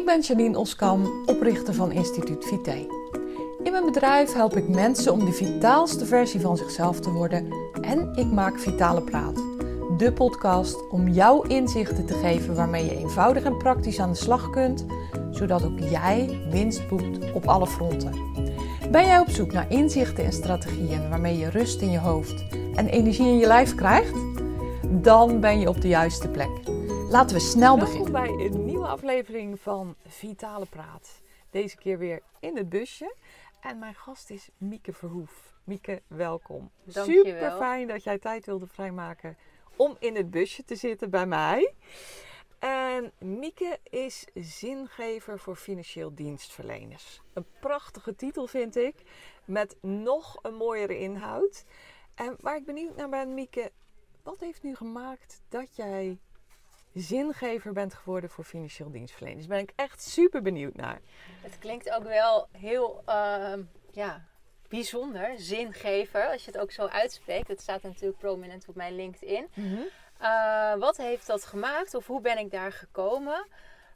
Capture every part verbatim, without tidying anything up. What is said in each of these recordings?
Ik ben Janine Oskam, oprichter van Instituut Vitae. In mijn bedrijf help ik mensen om de vitaalste versie van zichzelf te worden en ik maak Vitale Praat, de podcast om jou inzichten te geven waarmee je eenvoudig en praktisch aan de slag kunt, zodat ook jij winst boekt op alle fronten. Ben jij op zoek naar inzichten en strategieën waarmee je rust in je hoofd en energie in je lijf krijgt? Dan ben je op de juiste plek. Laten we snel beginnen. Welkom bij een nieuwe aflevering van Vitale Praat. Deze keer weer in het busje. En mijn gast is Mieke Verhoef. Mieke, welkom. Dank je wel. Super fijn dat jij tijd wilde vrijmaken om in het busje te zitten bij mij. En Mieke is zingever voor financieel dienstverleners. Een prachtige titel vind ik, met nog een mooiere inhoud. En waar ik benieuwd naar ben, Mieke, wat heeft nu gemaakt dat jij zingever bent geworden voor financieel dienstverleners? Daar ben ik echt super benieuwd naar. Het klinkt ook wel heel uh, ja, bijzonder, zingever, als je het ook zo uitspreekt. Het staat natuurlijk prominent op mijn LinkedIn. Mm-hmm. Uh, wat heeft dat gemaakt of hoe ben ik daar gekomen?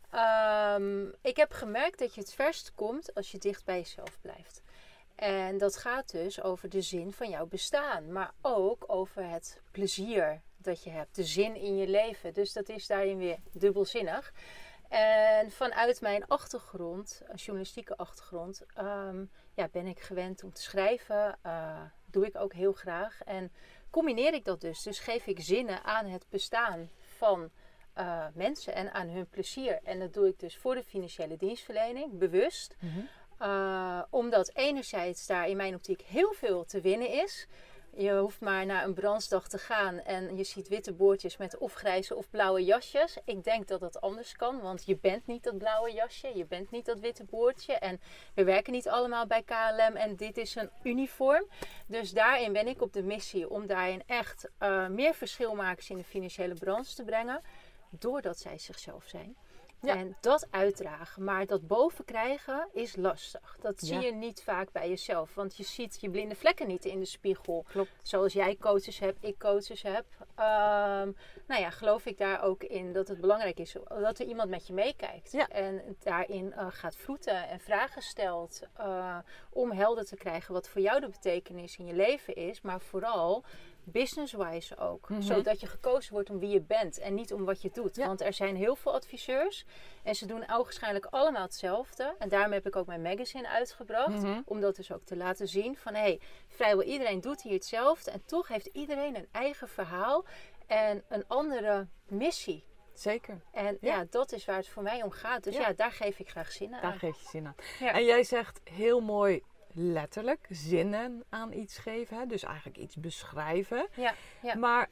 Um, ik heb gemerkt dat je het verst komt als je dicht bij jezelf blijft. En dat gaat dus over de zin van jouw bestaan, maar ook over het plezier dat je hebt, de zin in je leven. Dus dat is daarin weer dubbelzinnig. En vanuit mijn achtergrond, een journalistieke achtergrond, um, ja, ben ik gewend om te schrijven. Uh, doe ik ook heel graag. En combineer ik dat dus. Dus geef ik zinnen aan het bestaan van uh, mensen en aan hun plezier. En dat doe ik dus voor de financiële dienstverlening, bewust. Mm-hmm. Uh, omdat enerzijds daar in mijn optiek heel veel te winnen is. Je hoeft maar naar een branchedag te gaan en je ziet witte boordjes met of grijze of blauwe jasjes. Ik denk dat dat anders kan, want je bent niet dat blauwe jasje, je bent niet dat witte boordje. En we werken niet allemaal bij K L M en dit is een uniform. Dus daarin ben ik op de missie om daarin echt uh, meer verschilmakers in de financiële branche te brengen. Doordat zij zichzelf zijn. Ja. En dat uitdragen, maar dat boven krijgen is lastig. Dat zie ja. je niet vaak bij jezelf. Want je ziet je blinde vlekken niet in de spiegel. Klopt. Zoals jij coaches hebt, ik coaches heb. Um, nou ja, geloof ik daar ook in dat het belangrijk is dat er iemand met je meekijkt. Ja. En daarin uh, gaat vroeten en vragen stelt. Uh, om helder te krijgen wat voor jou de betekenis in je leven is. Maar vooral business-wise ook. Mm-hmm. Zodat je gekozen wordt om wie je bent en niet om wat je doet. Ja. Want er zijn heel veel adviseurs en ze doen ogenschijnlijk allemaal hetzelfde. En daarom heb ik ook mijn magazine uitgebracht. Mm-hmm. Om dat dus ook te laten zien van hé, hey, vrijwel iedereen doet hier hetzelfde. En toch heeft iedereen een eigen verhaal en een andere missie. Zeker. En ja. ja, dat is waar het voor mij om gaat. Dus ja, ja daar geef ik graag zin aan. Daar geef je zin aan. Ja. En jij zegt heel mooi letterlijk zinnen aan iets geven. Hè? Dus eigenlijk iets beschrijven. Ja, ja. Maar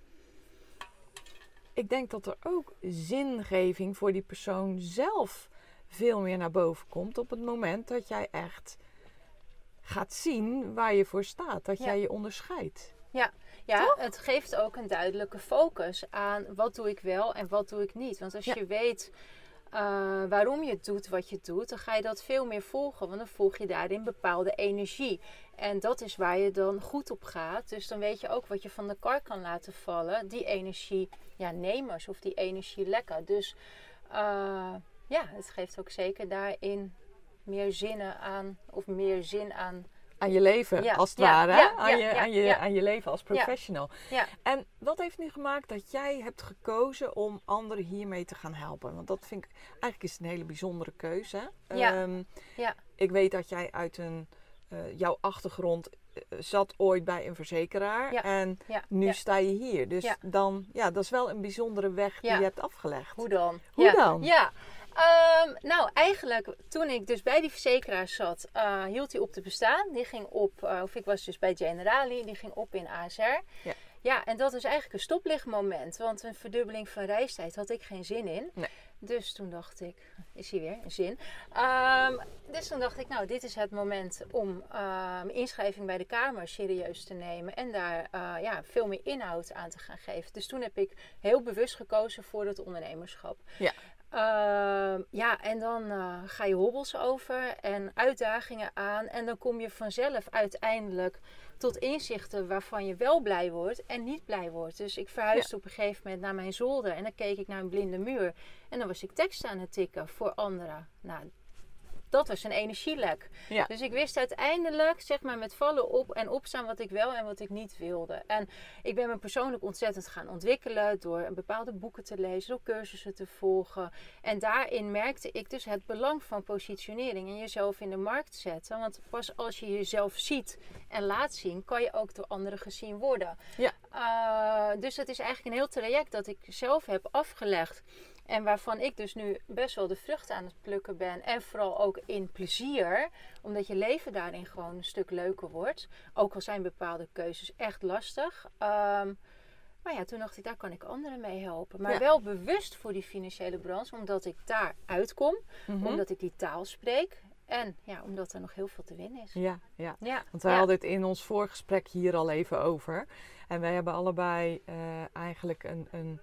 ik denk dat er ook zingeving voor die persoon zelf veel meer naar boven komt op het moment dat jij echt gaat zien waar je voor staat. Dat ja. jij je onderscheidt. Ja, ja het geeft ook een duidelijke focus aan wat doe ik wel en wat doe ik niet. Want als ja. je weet Uh, waarom je doet wat je doet, dan ga je dat veel meer volgen. Want dan volg je daarin bepaalde energie. En dat is waar je dan goed op gaat. Dus dan weet je ook wat je van de kar kan laten vallen. Die energie ja, nemers of die energie lekker. Dus uh, ja, het geeft ook zeker daarin meer zinnen aan. Of meer zin aan. Aan je leven, ja, als het ja, ware. Ja, aan, ja, je, ja, aan, je, ja. aan je leven als professional. Ja, ja. En wat heeft nu gemaakt dat jij hebt gekozen om anderen hiermee te gaan helpen? Want dat vind ik, eigenlijk is het een hele bijzondere keuze. Ja. Um, ja. Ik weet dat jij uit een, uh, jouw achtergrond uh, zat ooit bij een verzekeraar. Ja. En ja. nu ja. sta je hier. Dus ja. dan, ja, dat is wel een bijzondere weg die ja. je hebt afgelegd. Hoe dan? Hoe ja. dan? Ja. Um, nou, eigenlijk toen ik dus bij die verzekeraar zat, uh, hield hij op te bestaan. Die ging op, uh, of ik was dus bij Generali, die ging op in A S R. Ja. Ja, en dat is eigenlijk een stoplichtmoment. Want een verdubbeling van reistijd had ik geen zin in. Nee. Dus toen dacht ik, is hier weer een zin. Um, dus toen dacht ik, nou, dit is het moment om uh, mijn inschrijving bij de Kamer serieus te nemen. En daar uh, ja, veel meer inhoud aan te gaan geven. Dus toen heb ik heel bewust gekozen voor het ondernemerschap. Ja. Uh, ja, Ja, en dan uh, ga je hobbels over en uitdagingen aan. En dan kom je vanzelf uiteindelijk tot inzichten waarvan je wel blij wordt en niet blij wordt. Dus ik verhuisde ja. op een gegeven moment naar mijn zolder. En dan keek ik naar een blinde muur. En dan was ik tekst aan het tikken voor anderen. Nou, dat was een energielek. Ja. Dus ik wist uiteindelijk, zeg maar, met vallen op en opstaan wat ik wel en wat ik niet wilde. En ik ben me persoonlijk ontzettend gaan ontwikkelen door bepaalde boeken te lezen, door cursussen te volgen. En daarin merkte ik dus het belang van positionering en jezelf in de markt zetten. Want pas als je jezelf ziet en laat zien, kan je ook door anderen gezien worden. Ja. Uh, dus het is eigenlijk een heel traject dat ik zelf heb afgelegd. En waarvan ik dus nu best wel de vruchten aan het plukken ben. En vooral ook in plezier. Omdat je leven daarin gewoon een stuk leuker wordt. Ook al zijn bepaalde keuzes echt lastig. Um, maar ja, toen dacht ik, daar kan ik anderen mee helpen. Maar ja. wel bewust voor die financiële branche. Omdat ik daar uitkom. Mm-hmm. Omdat ik die taal spreek. En ja, omdat er nog heel veel te winnen is. Ja, ja. ja. want wij ja. hadden het in ons voorgesprek hier al even over. En wij hebben allebei uh, eigenlijk een... een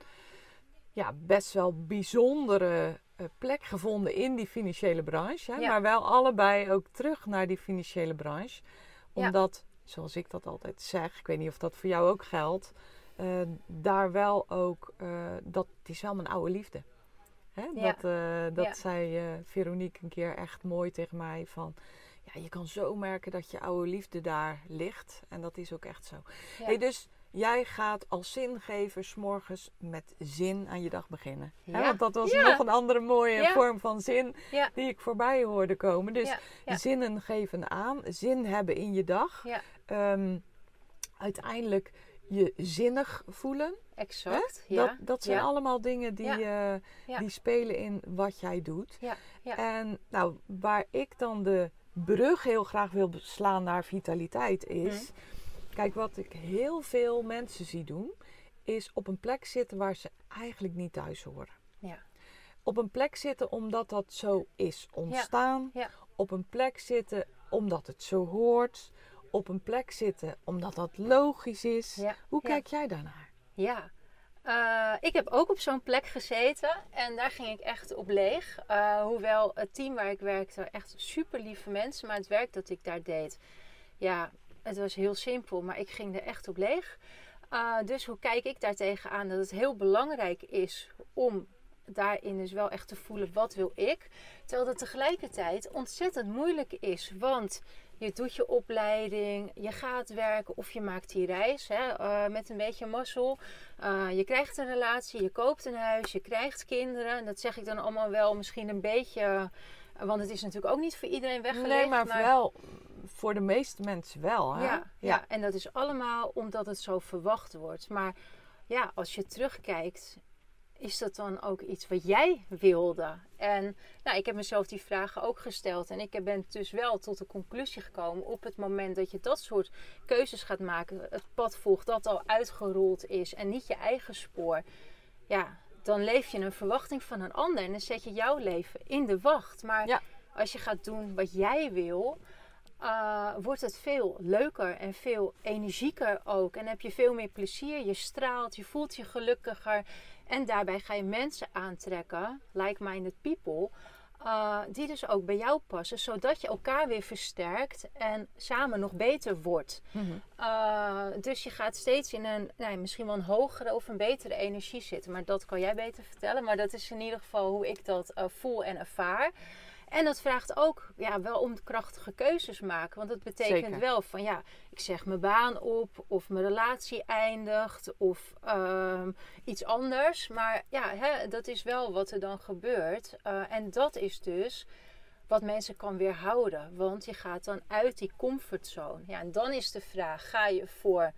ja, best wel bijzondere uh, plek gevonden in die financiële branche. Hè? Ja. Maar wel allebei ook terug naar die financiële branche. Omdat, ja. zoals ik dat altijd zeg, ik weet niet of dat voor jou ook geldt. Uh, daar wel ook, uh, dat het is wel mijn oude liefde. Hè? Ja. Dat, uh, dat ja. zei uh, Veronique een keer echt mooi tegen mij van... Ja, je kan zo merken dat je oude liefde daar ligt. En dat is ook echt zo. Ja. Hey, dus... Jij gaat als zingever 's morgens met zin aan je dag beginnen. Ja. He, want dat was ja. nog een andere mooie ja. vorm van zin ja. die ik voorbij hoorde komen. Dus ja. Ja. zinnen geven aan, zin hebben in je dag. Ja. Um, uiteindelijk je zinnig voelen. Exact. Ja. Dat, dat zijn ja. allemaal dingen die, ja. uh, ja. die spelen in wat jij doet. Ja. Ja. En nou, waar ik dan de brug heel graag wil slaan naar vitaliteit is... Hmm. Kijk, wat ik heel veel mensen zie doen, is op een plek zitten waar ze eigenlijk niet thuis horen. Ja. Op een plek zitten omdat dat zo is ontstaan. Ja. Ja. Op een plek zitten omdat het zo hoort. Op een plek zitten omdat dat logisch is. Ja. Hoe ja. kijk jij daarnaar? Ja, uh, ik heb ook op zo'n plek gezeten en daar ging ik echt op leeg. Uh, hoewel het team waar ik werkte echt super lieve mensen, maar het werk dat ik daar deed, ja... Het was heel simpel, maar ik ging er echt op leeg. Uh, dus hoe kijk ik daar tegenaan? Dat het heel belangrijk is om daarin dus wel echt te voelen, wat wil ik? Terwijl dat tegelijkertijd ontzettend moeilijk is. Want je doet je opleiding, je gaat werken of je maakt die reis hè, uh, met een beetje mazzel. Uh, je krijgt een relatie, je koopt een huis, je krijgt kinderen. En dat zeg ik dan allemaal wel misschien een beetje... Uh, want het is natuurlijk ook niet voor iedereen weggelegd. Nee, maar, maar wel... Voor de meeste mensen wel, hè? Ja, ja. ja, en dat is allemaal omdat het zo verwacht wordt. Maar ja, als je terugkijkt, is dat dan ook iets wat jij wilde? En nou, ik heb mezelf die vragen ook gesteld. En ik ben dus wel tot de conclusie gekomen op het moment dat je dat soort keuzes gaat maken. Het pad volgt dat al uitgerold is en niet je eigen spoor. Ja, dan leef je een verwachting van een ander. En dan zet je jouw leven in de wacht. Maar ja. als je gaat doen wat jij wil... Uh, wordt het veel leuker en veel energieker ook. En heb je veel meer plezier. Je straalt, je voelt je gelukkiger. En daarbij ga je mensen aantrekken, like-minded people, uh, die dus ook bij jou passen. Zodat je elkaar weer versterkt en samen nog beter wordt. Mm-hmm. Uh, dus je gaat steeds in een, nou, misschien wel een hogere of een betere energie zitten. Maar dat kan jij beter vertellen. Maar dat is in ieder geval hoe ik dat uh, voel en ervaar. En dat vraagt ook ja, wel om krachtige keuzes maken. Want dat betekent Zeker. wel van ja, ik zeg mijn baan op. Of mijn relatie eindigt. Of uh, iets anders. Maar ja, hè, dat is wel wat er dan gebeurt. Uh, en dat is dus wat mensen kan weerhouden. Want je gaat dan uit die comfortzone. Ja, en dan is de vraag, ga je voor...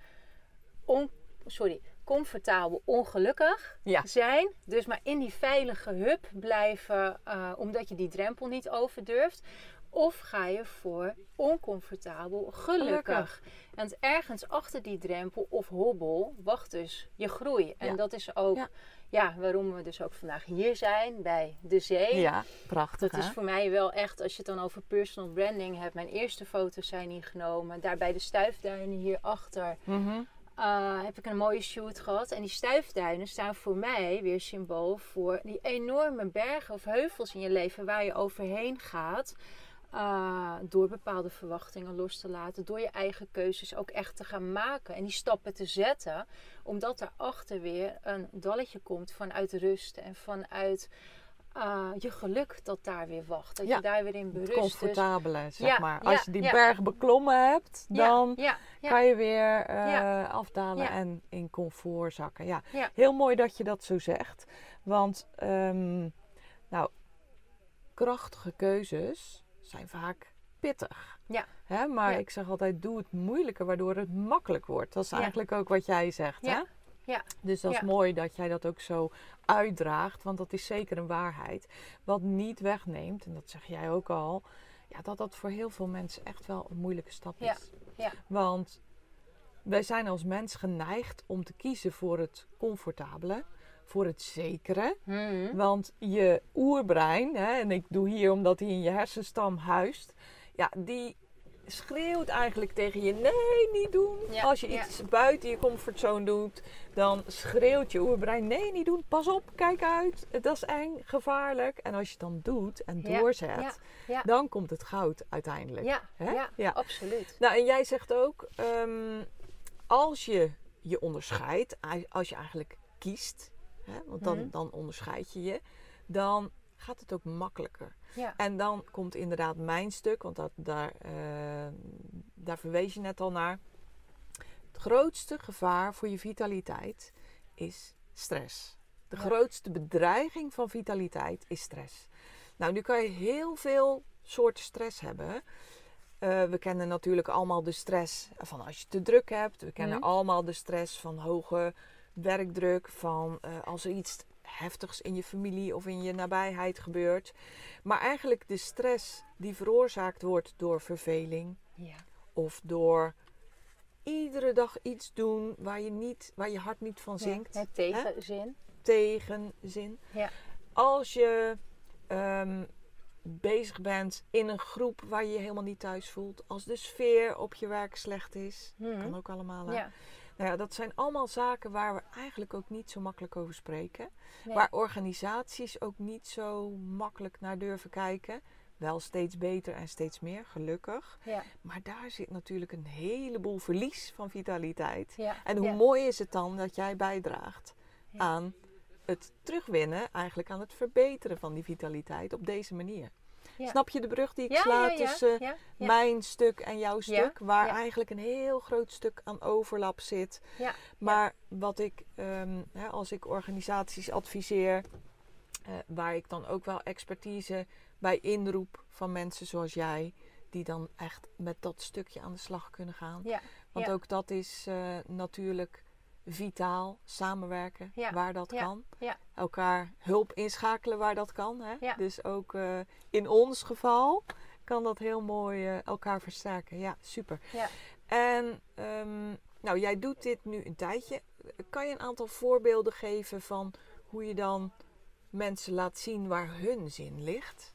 On- sorry... comfortabel ongelukkig ja. zijn. Dus maar in die veilige hub blijven. Uh, omdat je die drempel niet over durft. Of ga je voor oncomfortabel gelukkig. gelukkig. En ergens achter die drempel of hobbel wacht dus je groei. En ja. dat is ook ja. Ja, waarom we dus ook vandaag hier zijn bij de zee. Ja, prachtig. Dat hè? Is voor mij wel echt, als je het dan over personal branding hebt. Mijn eerste foto's zijn hier genomen. Daarbij de stuifduinen hierachter. Mm-hmm. uh, heb ik een mooie shoot gehad. En die stuifduinen staan voor mij weer symbool voor die enorme bergen of heuvels in je leven waar je overheen gaat. Uh, door bepaalde verwachtingen los te laten. Door je eigen keuzes ook echt te gaan maken. En die stappen te zetten. Omdat daarachter weer een dalletje komt vanuit rust. En vanuit uh, je geluk dat daar weer wacht. Dat ja, je daar weer in berust. Het comfortabele, dus, zeg ja, maar. Ja, Als je die ja. berg beklommen hebt, dan ja, ja, ja. kan je weer uh, ja. afdalen ja. en in comfort zakken. Ja. Ja. Heel mooi dat je dat zo zegt. Want, um, nou, krachtige keuzes zijn vaak pittig. Ja. Hè? Maar ja. ik zeg altijd, doe het moeilijker, waardoor het makkelijk wordt. Dat is ja. eigenlijk ook wat jij zegt. Ja. Hè? Ja. Dus dat is ja. mooi dat jij dat ook zo uitdraagt. Want dat is zeker een waarheid. Wat niet wegneemt, en dat zeg jij ook al, ja, dat dat voor heel veel mensen echt wel een moeilijke stap is. Ja. Ja. Want wij zijn als mens geneigd om te kiezen voor het comfortabele. Voor het zekere. Mm-hmm. Want je oerbrein, hè, en ik doe hier omdat hij in je hersenstam huist, ja, die schreeuwt eigenlijk tegen je, nee, niet doen. Ja, Als je iets ja. buiten je comfortzone doet, dan schreeuwt je oerbrein, nee, niet doen. Pas op, kijk uit. Dat is eng, gevaarlijk. En als je het dan doet en ja, doorzet, ja, ja. dan komt het goud uiteindelijk. Ja, Hè? ja, ja, absoluut. Nou, en jij zegt ook, um, als je je onderscheidt, als je eigenlijk kiest, hè, want dan, mm-hmm. dan onderscheid je je, dan gaat het ook makkelijker. Ja. En dan komt inderdaad mijn stuk, want dat, daar, uh, daar verwees je net al naar. Het grootste gevaar voor je vitaliteit is stress. De ja. grootste bedreiging van vitaliteit is stress. Nou, nu kan je heel veel soorten stress hebben. Uh, we kennen natuurlijk allemaal de stress van als je te druk hebt. We kennen mm-hmm. allemaal de stress van hoge werkdruk, van uh, als er iets heftigs in je familie of in je nabijheid gebeurt. Maar eigenlijk de stress die veroorzaakt wordt door verveling. Ja. Of door iedere dag iets doen waar je, niet, waar je hart niet van zinkt. Ja, tegenzin. Hè? Tegenzin. Ja. Als je um, bezig bent in een groep waar je je helemaal niet thuis voelt. Als de sfeer op je werk slecht is. Hmm. Kan ook allemaal. Hè? Ja. Nou ja, dat zijn allemaal zaken waar we eigenlijk ook niet zo makkelijk over spreken. Nee. Waar organisaties ook niet zo makkelijk naar durven kijken. Wel steeds beter en steeds meer, gelukkig. Ja. Maar daar zit natuurlijk een heleboel verlies van vitaliteit. Ja. En hoe ja. mooi is het dan dat jij bijdraagt ja. aan het terugwinnen, eigenlijk aan het verbeteren van die vitaliteit op deze manier. Ja. Snap je de brug die ik ja, sla ja, ja, tussen ja, ja. mijn stuk en jouw stuk? Ja, waar ja. eigenlijk een heel groot stuk aan overlap zit. Ja, maar ja. wat ik, um, hè, als ik organisaties adviseer, uh, waar ik dan ook wel expertise bij inroep van mensen zoals jij, die dan echt met dat stukje aan de slag kunnen gaan. Ja, Want ja. ook dat is uh, natuurlijk vitaal, samenwerken ja, waar dat ja, kan. Ja. Elkaar hulp inschakelen waar dat kan. Hè? Ja. Dus ook uh, in ons geval kan dat heel mooi uh, elkaar versterken. Ja, super. Ja. En um, nou, jij doet dit nu een tijdje. Kan je een aantal voorbeelden geven van hoe je dan mensen laat zien waar hun zin ligt?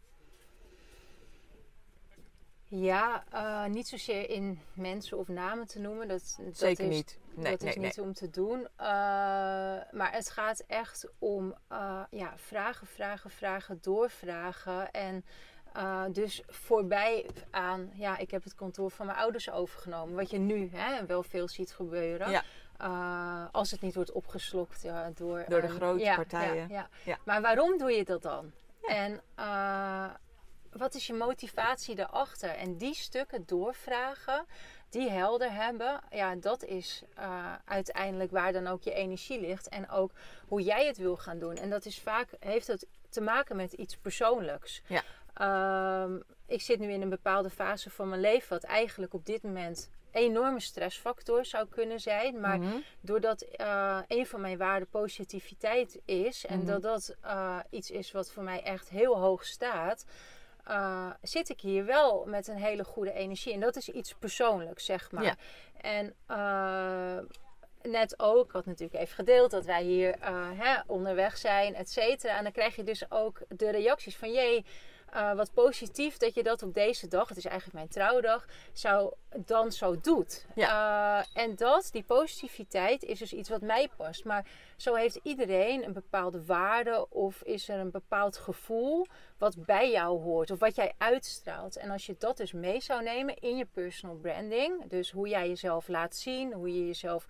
Ja, uh, niet zozeer in mensen of namen te noemen. Dat, dat Zeker is, niet. Nee, dat nee, is niet nee. om te doen. Uh, maar het gaat echt om uh, ja, vragen, vragen, vragen, doorvragen. En uh, dus voorbij aan, ja, ik heb het kantoor van mijn ouders overgenomen. Wat je nu hè, wel veel ziet gebeuren. Ja. Uh, als het niet wordt opgeslokt ja, door... Door de um, grote ja, partijen. Ja, ja. Ja. Maar waarom doe je dat dan? Ja. En... Uh, wat is je motivatie daarachter? En die stukken doorvragen, die helder hebben, ja, dat is uh, uiteindelijk waar dan ook je energie ligt. En ook hoe jij het wil gaan doen. En dat is vaak, heeft het te maken met iets persoonlijks. Ja. Um, ik zit nu in een bepaalde fase van mijn leven, wat eigenlijk op dit moment een enorme stressfactor zou kunnen zijn. Maar mm-hmm. doordat uh, een van mijn waarden positiviteit is, en mm-hmm. dat dat uh, iets is wat voor mij echt heel hoog staat, Uh, zit ik hier wel met een hele goede energie. En dat is iets persoonlijks, zeg maar. Ja. En uh, net ook, ik had natuurlijk even gedeeld dat wij hier uh, hè, onderweg zijn, et cetera. En dan krijg je dus ook de reacties van, jee, uh, wat positief dat je dat op deze dag, het is eigenlijk mijn trouwdag, zou, dan zo doet. Ja. Uh, en dat, die positiviteit, is dus iets wat mij past. Maar zo heeft iedereen een bepaalde waarde of is er een bepaald gevoel wat bij jou hoort of wat jij uitstraalt. En als je dat dus mee zou nemen in je personal branding, dus hoe jij jezelf laat zien, hoe je jezelf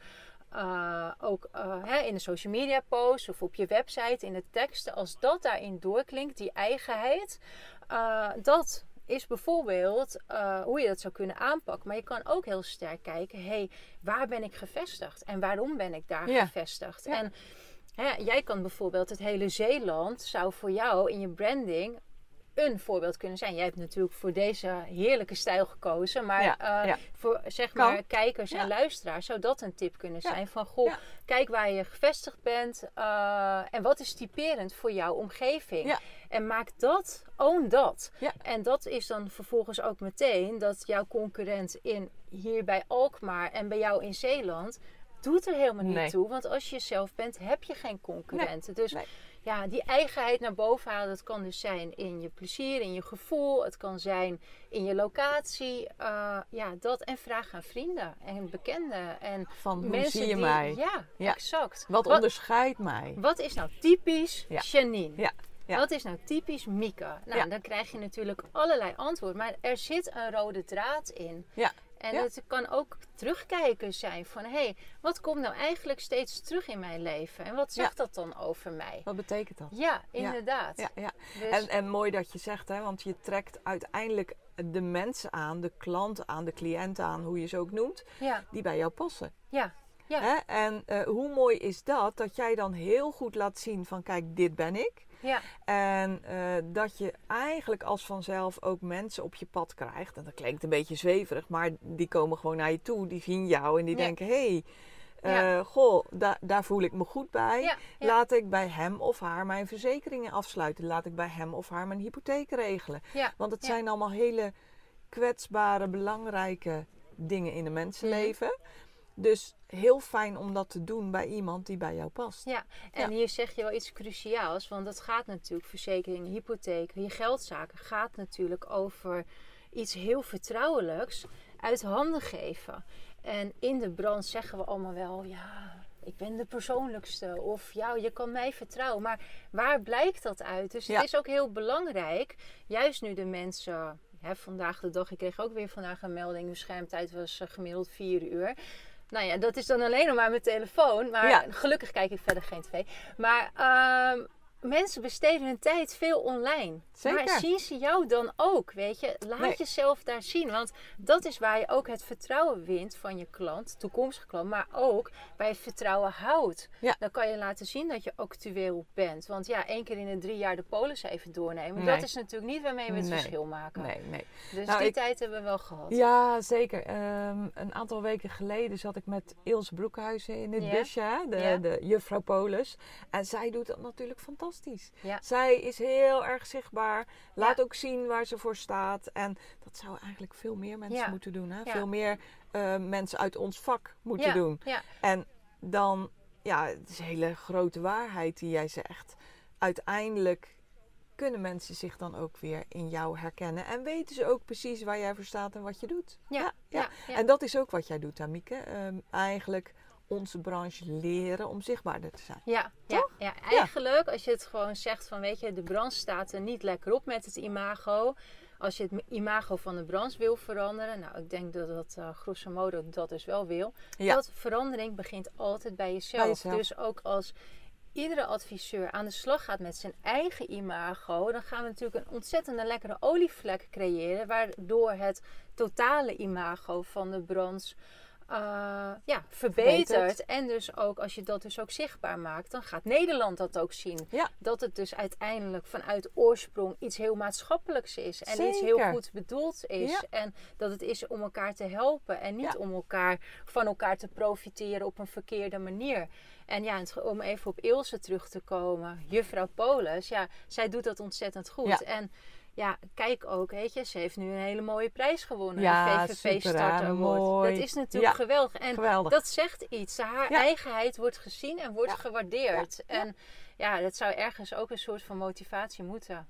uh, ook uh, hè, in de social media posts of op je website, in de teksten, als dat daarin doorklinkt, die eigenheid, uh, dat is bijvoorbeeld uh, hoe je dat zou kunnen aanpakken. Maar je kan ook heel sterk kijken, hé, hey, waar ben ik gevestigd? En waarom ben ik daar ja. gevestigd? Ja. En hè, jij kan bijvoorbeeld het hele Zeeland, zou voor jou in je branding een voorbeeld kunnen zijn. Jij hebt natuurlijk voor deze heerlijke stijl gekozen. Maar ja, uh, ja. voor zeg kan. maar kijkers ja. en luisteraars zou dat een tip kunnen zijn. Ja. Van goh, ja. kijk waar je gevestigd bent. Uh, en wat is typerend voor jouw omgeving. Ja. En maak dat, own dat. Ja. En dat is dan vervolgens ook meteen dat jouw concurrent in hier bij Alkmaar en bij jou in Zeeland doet er helemaal niet nee. toe. Want als je jezelf bent, heb je geen concurrenten. Nee. Dus nee. ja, die eigenheid naar boven halen, dat kan dus zijn in je plezier, in je gevoel. Het kan zijn in je locatie. Uh, ja, dat en vraag aan vrienden en bekenden. En van hoe mensen zie je die, mij? Ja, ja, exact. Wat, wat onderscheidt mij? Wat is nou typisch ja. Janine? Ja. Ja. Wat is nou typisch Mieke? Nou, ja. dan krijg je natuurlijk allerlei antwoorden. Maar er zit een rode draad in. Ja. En ja. het kan ook terugkijken zijn van, hé, hey, wat komt nou eigenlijk steeds terug in mijn leven? En wat zegt ja. dat dan over mij? Wat betekent dat? Ja, inderdaad. Ja, ja, ja. Dus... En, en mooi dat je zegt, hè, want je trekt uiteindelijk de mensen aan, de klanten aan, de cliënten aan, hoe je ze ook noemt, ja. die bij jou passen. Ja. Ja. Hè? En uh, hoe mooi is dat, dat jij dan heel goed laat zien van, kijk, dit ben ik. Ja. En uh, dat je eigenlijk als vanzelf ook mensen op je pad krijgt. En dat klinkt een beetje zweverig, maar die komen gewoon naar je toe. Die zien jou en die ja. denken, hé, hey, uh, ja. goh, da- daar voel ik me goed bij. Ja. Ja. Laat ik bij hem of haar mijn verzekeringen afsluiten. Laat ik bij hem of haar mijn hypotheek regelen. Ja. Want het ja. zijn allemaal hele kwetsbare, belangrijke dingen in een mensenleven. Mm-hmm. Dus heel fijn om dat te doen bij iemand die bij jou past. Ja, en ja. hier zeg je wel iets cruciaals. Want dat gaat natuurlijk, verzekeringen, hypotheken, je geldzaken gaat natuurlijk over iets heel vertrouwelijks uit handen geven. En in de branche zeggen we allemaal wel, ja, ik ben de persoonlijkste. Of ja, je kan mij vertrouwen. Maar waar blijkt dat uit? Dus het ja. is ook heel belangrijk, juist nu de mensen, hè, vandaag de dag, ik kreeg ook weer vandaag een melding, de schermtijd was uh, gemiddeld vier uur. Nou ja, dat is dan alleen nog maar mijn telefoon. Maar ja. gelukkig kijk ik verder geen tv. Maar uh, mensen besteden hun tijd veel online. Zeker. Maar zien ze jou dan ook, weet je? Laat nee. jezelf daar zien. Want dat is waar je ook het vertrouwen wint van je klant, toekomstige klant. Maar ook waar je het vertrouwen houdt. Ja. Dan kan je laten zien dat je actueel bent. Want ja, één keer in de drie jaar de polis even doornemen. Nee. Dat is natuurlijk niet waarmee we het nee. verschil maken. Nee, nee. Dus nou, die ik... tijd hebben we wel gehad. Ja, zeker. Um, een aantal weken geleden zat ik met Ilse Broekhuizen in het ja. busje. Hè? De, ja. de juffrouw Polis. En zij doet dat natuurlijk fantastisch. Ja. Zij is heel erg zichtbaar. Laat ja. ook zien waar ze voor staat. En dat zouden eigenlijk veel meer mensen ja. moeten doen. Hè? Ja. Veel meer uh, mensen uit ons vak moeten ja. doen. Ja. En dan, ja, het is een hele grote waarheid die jij zegt. Uiteindelijk kunnen mensen zich dan ook weer in jou herkennen. En weten ze ook precies waar jij voor staat en wat je doet. Ja. Ja, ja. Ja, ja. En dat is ook wat jij doet, Mieke. Um, eigenlijk onze branche leren om zichtbaarder te zijn. Ja, ja, ja, eigenlijk ja. als je het gewoon zegt van, weet je, de branche staat er niet lekker op met het imago. Als je het imago van de branche wil veranderen, nou, ik denk dat dat uh, grosso modo dat dus wel wil. Ja. Dat verandering begint altijd bij jezelf. bij jezelf. Dus ook als iedere adviseur aan de slag gaat met zijn eigen imago, dan gaan we natuurlijk een ontzettende lekkere olievlek creëren, waardoor het totale imago van de branche Uh, ja, verbeterd. verbeterd. En dus ook, als je dat dus ook zichtbaar maakt, dan gaat Nederland dat ook zien. Ja. Dat het dus uiteindelijk vanuit oorsprong iets heel maatschappelijks is. En Zeker. iets heel goed bedoeld is. Ja. En dat het is om elkaar te helpen. En niet ja. om elkaar van elkaar te profiteren op een verkeerde manier. En ja, om even op Ilse terug te komen. Juffrouw Polis, ja, zij doet dat ontzettend goed. Ja. En ja, kijk ook, weet je, ze heeft nu een hele mooie prijs gewonnen. Ja, de V V P Starter Award. Dat is natuurlijk ja, geweldig. En geweldig. Dat zegt iets. Haar ja. eigenheid wordt gezien en wordt ja. gewaardeerd. Ja. En ja, dat zou ergens ook een soort van motivatie moeten. Of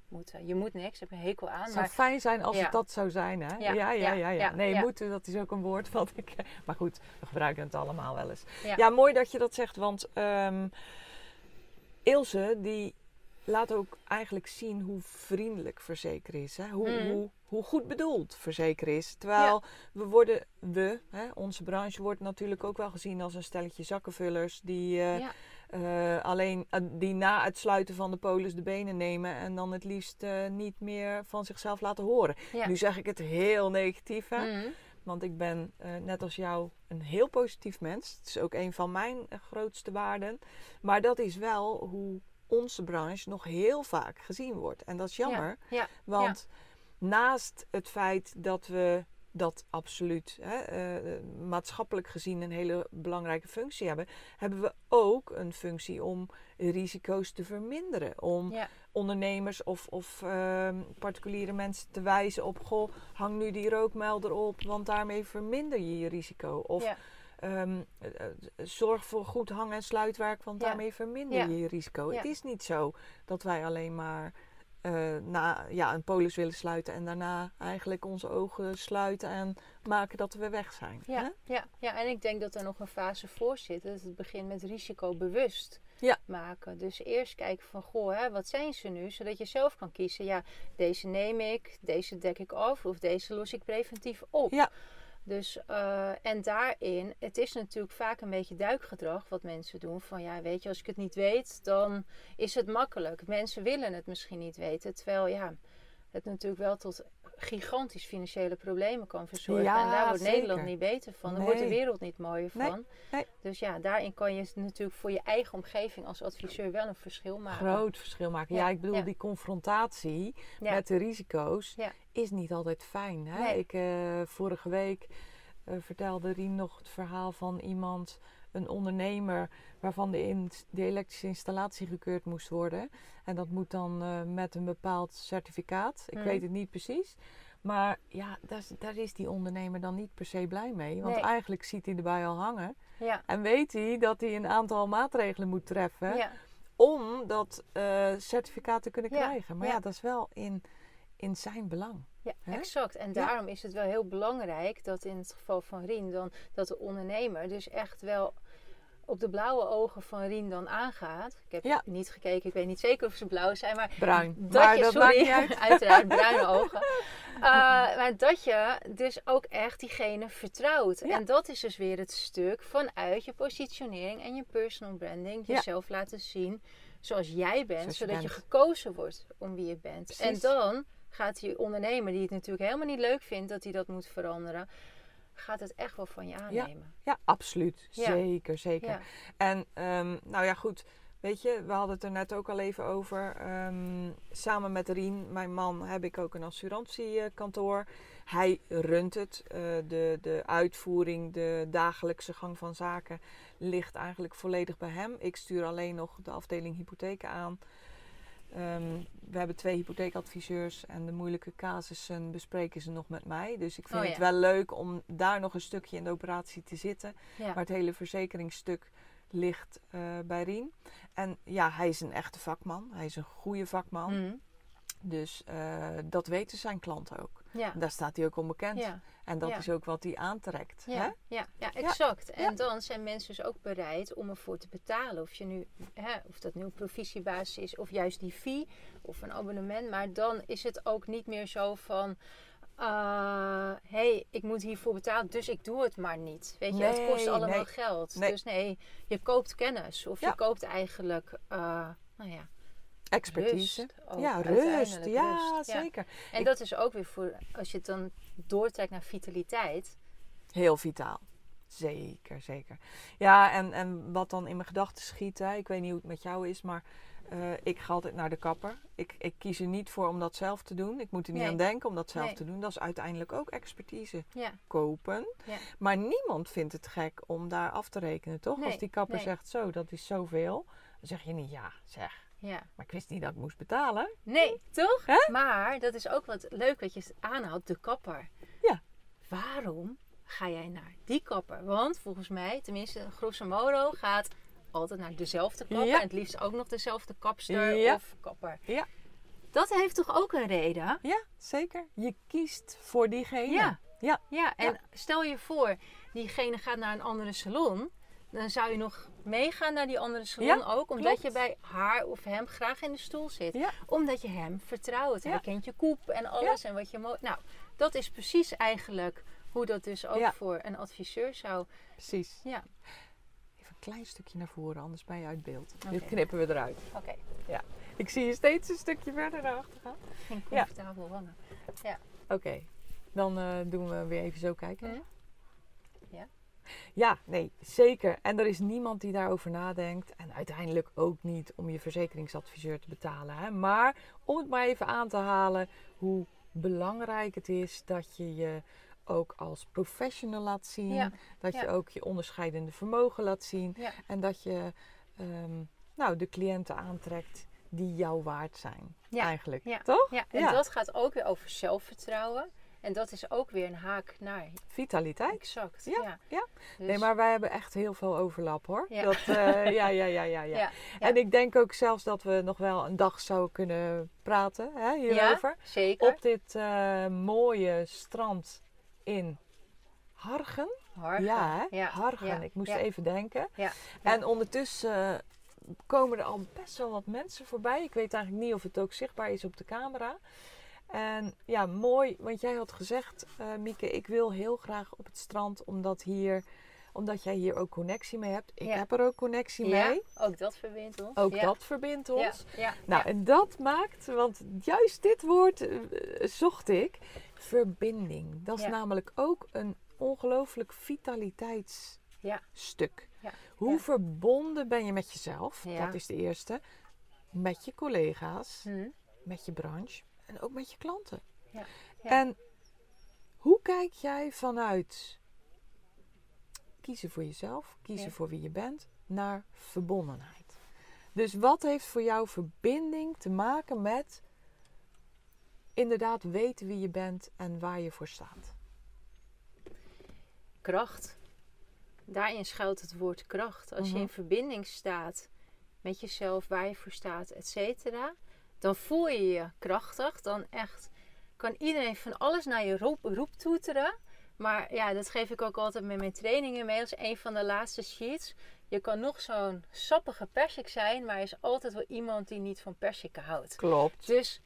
moeten. Je moet niks, heb je een hekel aan. Het zou maar, fijn zijn als ja. het dat zou zijn, hè? Ja, Ja, ja, ja. ja, ja, nee, ja. moeten, dat is ook een woord wat ik... Maar goed, we gebruiken het allemaal wel eens. Ja, Ja, mooi dat je dat zegt, want um, Ilse, die laat ook eigenlijk zien hoe vriendelijk verzekeren is. Hè? Hoe, mm. hoe, hoe goed bedoeld verzekeren is. Terwijl ja. we worden, we, hè, onze branche wordt natuurlijk ook wel gezien als een stelletje zakkenvullers die... Uh, ja. Uh, alleen uh, die na het sluiten van de polis de benen nemen en dan het liefst uh, niet meer van zichzelf laten horen. Ja. Nu zeg ik het heel negatief, hè? Mm. Want ik ben uh, net als jou een heel positief mens. Het is ook een van mijn uh, grootste waarden. Maar dat is wel hoe onze branche nog heel vaak gezien wordt. En dat is jammer, ja. Ja. want ja. naast het feit dat we dat absoluut hè, uh, maatschappelijk gezien een hele belangrijke functie hebben, hebben we ook een functie om risico's te verminderen. Om ja. ondernemers of, of uh, particuliere mensen te wijzen op, goh, hang nu die rookmelder op, want daarmee verminder je je risico. Of ja. um, uh, zorg voor goed hang- en sluitwerk, want ja. daarmee verminder ja. je je risico. Ja. Het is niet zo dat wij alleen maar Uh, na, ja, een polis willen sluiten en daarna eigenlijk onze ogen sluiten en maken dat we weg zijn. Ja, hè? ja, ja, en ik denk dat er nog een fase voor zit. Dat het begint met risicobewust ja. maken. Dus eerst kijken van, goh, hè, wat zijn ze nu? Zodat je zelf kan kiezen. Ja, deze neem ik, deze dek ik af of deze los ik preventief op. Ja. Dus, uh, en daarin, het is natuurlijk vaak een beetje duikgedrag wat mensen doen. Van ja, weet je, als ik het niet weet, dan is het makkelijk. Mensen willen het misschien niet weten. Terwijl, ja, het natuurlijk wel tot gigantisch financiële problemen kan verzorgen. Ja, en daar wordt zeker. Nederland niet beter van. Daar nee. wordt de wereld niet mooier van. Nee. Nee. Dus ja, daarin kan je natuurlijk voor je eigen omgeving als adviseur wel een verschil maken. Groot verschil maken. Ja, ja ik bedoel, ja. die confrontatie ja. met de risico's ja. is niet altijd fijn. Hè? Nee. Ik, uh, vorige week uh, vertelde Rien nog het verhaal van iemand, een ondernemer, waarvan de, in, de elektrische installatie gekeurd moest worden. En dat moet dan uh, met een bepaald certificaat. Ik mm. weet het niet precies. Maar ja, daar, daar is die ondernemer dan niet per se blij mee. Want nee. eigenlijk ziet hij erbij al hangen. Ja. En weet hij dat hij een aantal maatregelen moet treffen ja. om dat uh, certificaat te kunnen ja. krijgen. Maar ja. ja, dat is wel in, in zijn belang. Ja, Hè? exact. En daarom ja. is het wel heel belangrijk dat in het geval van Rien dan dat de ondernemer dus echt wel op de blauwe ogen van Rien dan aangaat. Ik heb ja. niet gekeken, ik weet niet zeker of ze blauw zijn, maar bruin. Dat maar je, dat sorry, maakt niet uit. uiteraard bruine ogen. Uh, maar dat je dus ook echt diegene vertrouwt. Ja. En dat is dus weer het stuk vanuit je positionering en je personal branding. Jezelf ja. laten zien zoals jij bent, zoals je zodat bent. je gekozen wordt om wie je bent. Precies. En dan gaat die ondernemer, die het natuurlijk helemaal niet leuk vindt dat hij dat moet veranderen, gaat het echt wel van je aannemen. Ja, ja absoluut. Ja. Zeker, zeker. Ja. En um, nou ja, goed. Weet je, we hadden het er net ook al even over. Um, samen met Rien, mijn man, heb ik ook een assurantiekantoor. Hij runt het. Uh, de, de uitvoering, de dagelijkse gang van zaken ligt eigenlijk volledig bij hem. Ik stuur alleen nog de afdeling hypotheken aan. Um, we hebben twee hypotheekadviseurs en de moeilijke casussen bespreken ze nog met mij. Dus ik vind oh, ja. het wel leuk om daar nog een stukje in de operatie te zitten. Ja. Maar het hele verzekeringsstuk ligt uh, bij Rien. En ja, hij is een echte vakman. Hij is een goede vakman. Mm. Dus uh, dat weten zijn klanten ook. Ja. Daar staat hij ook onbekend. Ja. En dat ja. is ook wat hij aantrekt. Ja, hè? ja, ja exact. Ja. En ja. dan zijn mensen dus ook bereid om ervoor te betalen. Of, je nu, hè, of dat nu een provisiebasis is of juist die fee of een abonnement. Maar dan is het ook niet meer zo van Uh, hey, ik moet hiervoor betalen, dus ik doe het maar niet. Weet je, nee, het kost allemaal nee. geld. Nee. Dus nee, je koopt kennis. Of ja. je koopt eigenlijk, uh, nou ja, expertise. Rust ook, ja, rust. Ja, rust. zeker. Ja. En ik, dat is ook weer voor, als je het dan doortrekt naar vitaliteit. Heel vitaal. Zeker, zeker. Ja, en, en wat dan in mijn gedachten schiet, hè, ik weet niet hoe het met jou is, maar uh, ik ga altijd naar de kapper. Ik, ik kies er niet voor om dat zelf te doen. Ik moet er niet nee. aan denken om dat zelf nee. te doen. Dat is uiteindelijk ook expertise ja. kopen. Ja. Maar niemand vindt het gek om daar af te rekenen, toch? Nee. Als die kapper nee. zegt zo, dat is zoveel. Dan zeg je niet ja, zeg. Ja. Maar ik wist niet dat ik moest betalen. Nee, toch? Hè? Maar dat is ook wat leuk dat je het aanhoudt, de kapper. Ja. Waarom ga jij naar die kapper? Want volgens mij, tenminste grosso modo, gaat altijd naar dezelfde kapper. Ja. En het liefst ook nog dezelfde kapster ja. of kapper. Ja. dat heeft toch ook een reden? Ja, zeker. Je kiest voor diegene. Ja. Ja. Ja, en ja. stel je voor, diegene gaat naar een andere salon. Dan zou je nog meegaan naar die andere salon Ja, ook. Omdat klopt. je bij haar of hem graag in de stoel zit. Ja. Omdat je hem vertrouwt. Ja. Hij kent je koep en alles. En wat je mo- Nou, dat is precies eigenlijk hoe dat dus ook Ja. voor een adviseur zou... Precies. Ja, Even een klein stukje naar voren, anders ben je uit beeld. Oké. Dit knippen we eruit. oké. Ja. Ik zie je steeds een stukje verder naar achter gaan. Geen comfortabel hangen. Oké, okay. dan uh, doen we weer even zo kijken. Hm? Ja. Ja, nee, zeker. En er is niemand die daarover nadenkt. En uiteindelijk ook niet om je verzekeringsadviseur te betalen. Hè? Maar om het maar even aan te halen hoe belangrijk het is dat je je ook als professional laat zien. Ja. Dat Ja. je ook je onderscheidende vermogen laat zien. Ja. En dat je um, nou, de cliënten aantrekt die jou waard zijn. Ja. Eigenlijk, Ja. toch? Ja, en Ja. dat gaat ook weer over zelfvertrouwen. En dat is ook weer een haak naar... Vitaliteit. Exact, Ja, ja. ja. Dus, Nee, maar wij hebben echt heel veel overlap, hoor. Ja. Dat, uh, ja, ja, ja, ja, ja. ja, ja. En ik denk ook zelfs dat we nog wel een dag zouden kunnen praten hè, hierover. Ja, zeker. Op dit uh, mooie strand in Hargen. Hargen. Ja, hè? Ja. Hargen. Ja. Ik moest Ja. even denken. Ja. En ondertussen uh, komen er al best wel wat mensen voorbij. Ik weet eigenlijk niet of het ook zichtbaar is op de camera. En ja, mooi, want jij had gezegd, uh, Mieke, ik wil heel graag op het strand, omdat, hier, omdat jij hier ook connectie mee hebt. Ik Ja. heb er ook connectie Ja, mee. ook dat verbindt ons. Ook ja. dat verbindt ons. Ja. Ja. Nou, ja. en dat maakt, want juist dit woord uh, zocht ik, verbinding. Dat is Ja. namelijk ook een ongelooflijk vitaliteitsstuk. Ja. Hoe Ja. verbonden ben je met jezelf? Ja. Dat is de eerste. Met je collega's, Hm. met je branche en ook met je klanten. Ja. Ja. En hoe kijk jij vanuit kiezen voor jezelf, kiezen Ja. voor wie je bent, naar verbondenheid? Dus wat heeft voor jou verbinding te maken met inderdaad weten wie je bent en waar je voor staat? Kracht. Daarin schuilt het woord kracht. Als Mhm. je in verbinding staat met jezelf, waar je voor staat, et cetera, dan voel je je krachtig. Dan echt kan iedereen van alles naar je roep, roep toeteren. Maar ja, dat geef ik ook altijd met mijn trainingen mee. Dat is een van de laatste sheets. Je kan nog zo'n sappige persik zijn, maar er is altijd wel iemand die niet van persikken houdt. Klopt. Dus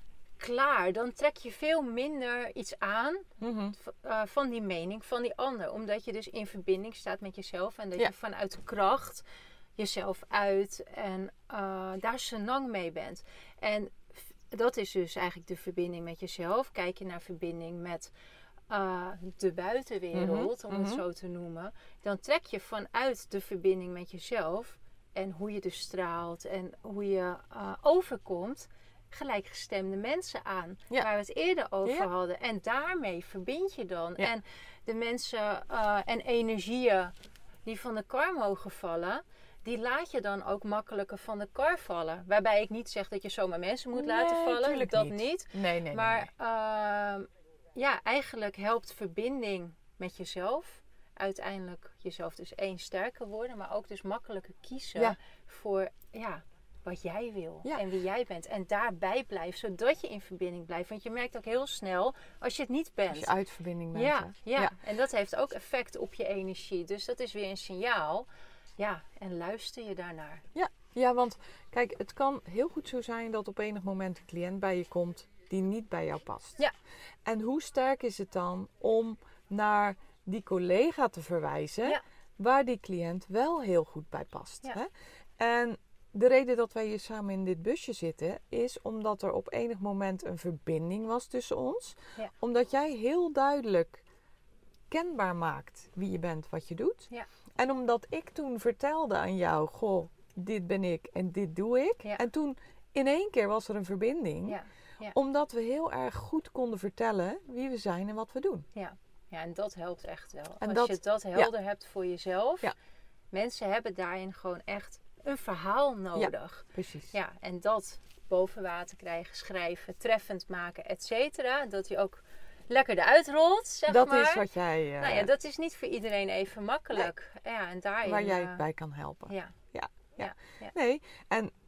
klaar, dan trek je veel minder iets aan Mm-hmm. uh, van die mening van die ander. Omdat je dus in verbinding staat met jezelf. En dat Ja. je vanuit kracht jezelf uit en uh, daar senang mee bent. En f- dat is dus eigenlijk de verbinding met jezelf. Kijk je naar verbinding met uh, de buitenwereld, Mhm, om het mhm. zo te noemen. Dan trek je vanuit de verbinding met jezelf en hoe je dus straalt en hoe je uh, overkomt, gelijkgestemde mensen aan. Ja. Waar we het eerder over Ja. hadden. En daarmee verbind je dan. Ja. En de mensen uh, en energieën die van de kar mogen vallen, die laat je dan ook makkelijker van de kar vallen. Waarbij ik niet zeg dat je zomaar mensen moet laten Nee, vallen. tuurlijk Dat niet. niet. Nee, nee, Maar nee. uh, ja, eigenlijk helpt verbinding met jezelf uiteindelijk jezelf dus één sterker worden, maar ook dus makkelijker kiezen Ja. voor ja, wat jij wil Ja. en wie jij bent. En daarbij blijft, zodat je in verbinding blijft. Want je merkt ook heel snel als je het niet bent. Als je uit verbinding bent. ja, hè? ja, Ja. en dat heeft ook effect op je energie. Dus dat is weer een signaal. Ja, en luister je daarnaar. Ja, ja, want kijk, het kan heel goed zo zijn dat op enig moment een cliënt bij je komt die niet bij jou past. Ja. En hoe sterk is het dan om naar die collega te verwijzen Ja. waar die cliënt wel heel goed bij past. Ja. Hè? En de reden dat wij hier samen in dit busje zitten is omdat er op enig moment een verbinding was tussen ons. Ja. Omdat jij heel duidelijk kenbaar maakt wie je bent, wat je doet. Ja. En omdat ik toen vertelde aan jou, goh, dit ben ik en dit doe ik. Ja. En toen in één keer was er een verbinding. Ja, ja. Omdat we heel erg goed konden vertellen wie we zijn en wat we doen. ja. ja en dat helpt echt wel. En Als dat- je dat helder hebt voor jezelf. Ja. Mensen hebben daarin gewoon echt een verhaal nodig. Precies. Ja, en dat boven water krijgen, schrijven, treffend maken, et cetera. Dat hij ook lekker eruit rolt, zeg dat maar. is wat jij, uh, Nou ja, dat is niet voor iedereen even makkelijk. Ja, en daarin, waar jij uh, bij kan helpen. Ja. Ja, Ja. Ja. Ja. Nee, en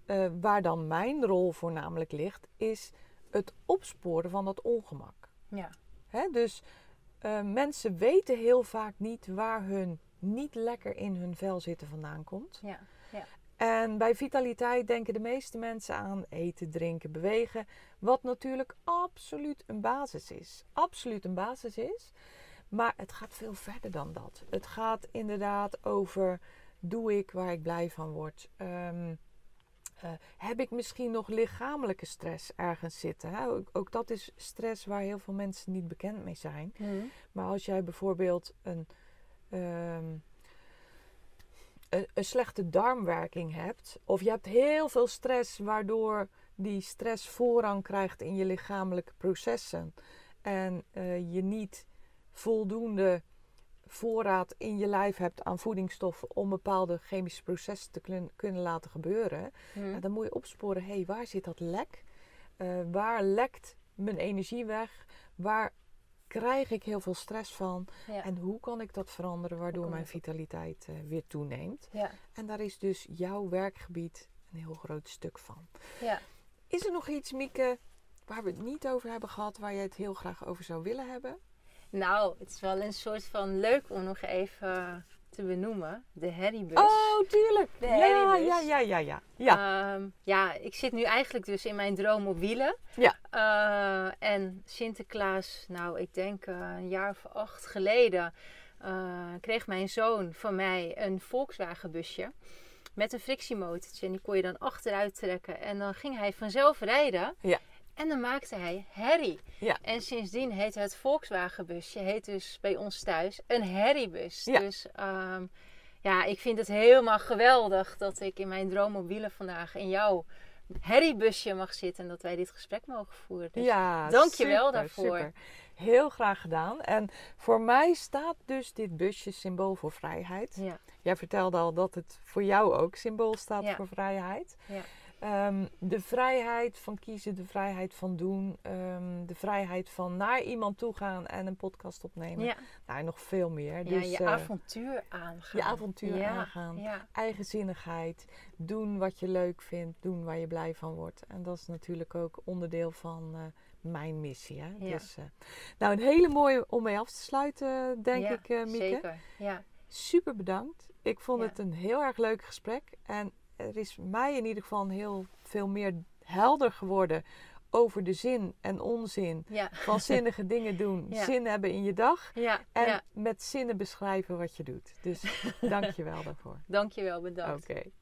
uh, waar dan mijn rol voornamelijk ligt, is het opsporen van dat ongemak. Ja. Hè? Dus uh, mensen weten heel vaak niet waar hun niet lekker in hun vel zitten vandaan komt. Ja. Ja. En bij vitaliteit denken de meeste mensen aan eten, drinken, bewegen. Wat natuurlijk absoluut een basis is. Absoluut een basis is. Maar het gaat veel verder dan dat. Het gaat inderdaad over, doe ik waar ik blij van word? Um, uh, heb ik misschien nog lichamelijke stress ergens zitten? Hè? Ook, ook dat is stress waar heel veel mensen niet bekend mee zijn. Mm. Maar als jij bijvoorbeeld een... Um, Een, een slechte darmwerking hebt, of je hebt heel veel stress waardoor die stress voorrang krijgt in je lichamelijke processen en uh, je niet voldoende voorraad in je lijf hebt aan voedingsstoffen om bepaalde chemische processen te kun, kunnen laten gebeuren, hmm. uh, dan moet je opsporen, hé, hey, waar zit dat lek? Uh, waar lekt mijn energie weg? Waar krijg ik heel veel stress van? Ja. En hoe kan ik dat veranderen waardoor mijn vitaliteit uh, weer toeneemt? Ja. En daar is dus jouw werkgebied een heel groot stuk van. Ja. Is er nog iets, Mieke, waar we het niet over hebben gehad, waar jij het heel graag over zou willen hebben? Nou, het is wel een soort van leuk om nog even te benoemen. De Harrybus. Oh, tuurlijk. De ja, Harrybus. ja, ja, ja, ja. Ja. Um, ja, ik zit nu eigenlijk dus in mijn droom op wielen. Ja. Uh, en Sinterklaas, nou, ik denk uh, een jaar of acht geleden, uh, kreeg mijn zoon van mij een Volkswagen busje met een frictiemotortje. En die kon je dan achteruit trekken. En dan ging hij vanzelf rijden. Ja. En dan maakte hij herrie. Ja. En sindsdien heet het Volkswagenbusje, heet dus bij ons thuis een Harrybus. Ja. Dus um, ja, ik vind het helemaal geweldig dat ik in mijn droom op wielen vandaag in jouw Harrybusje mag zitten. En dat wij dit gesprek mogen voeren. Dus ja, dank je wel super, daarvoor. Super. Heel graag gedaan. En voor mij staat dus dit busje symbool voor vrijheid. Ja. Jij vertelde al dat het voor jou ook symbool staat ja. voor vrijheid. Ja. Um, de vrijheid van kiezen, de vrijheid van doen, um, de vrijheid van naar iemand toe gaan en een podcast opnemen. Ja. Nou, nog veel meer. Ja, dus, je uh, avontuur aangaan. Je avontuur ja. aangaan. Ja. Eigenzinnigheid. Doen wat je leuk vindt. Doen waar je blij van wordt. En dat is natuurlijk ook onderdeel van uh, mijn missie. Hè? Ja. Dus, uh, nou, een hele mooie om mee af te sluiten, denk ja, ik, uh, Mieke. Zeker. Ja. Super bedankt. Ik vond ja. het een heel erg leuk gesprek. En er is mij in ieder geval heel veel meer helder geworden over de zin en onzin ja. van zinnige dingen doen. Ja. Zin hebben in je dag. Ja. En ja. met zinnen beschrijven wat je doet. Dus dank je wel daarvoor. Dank je wel, bedankt. Oké. Okay.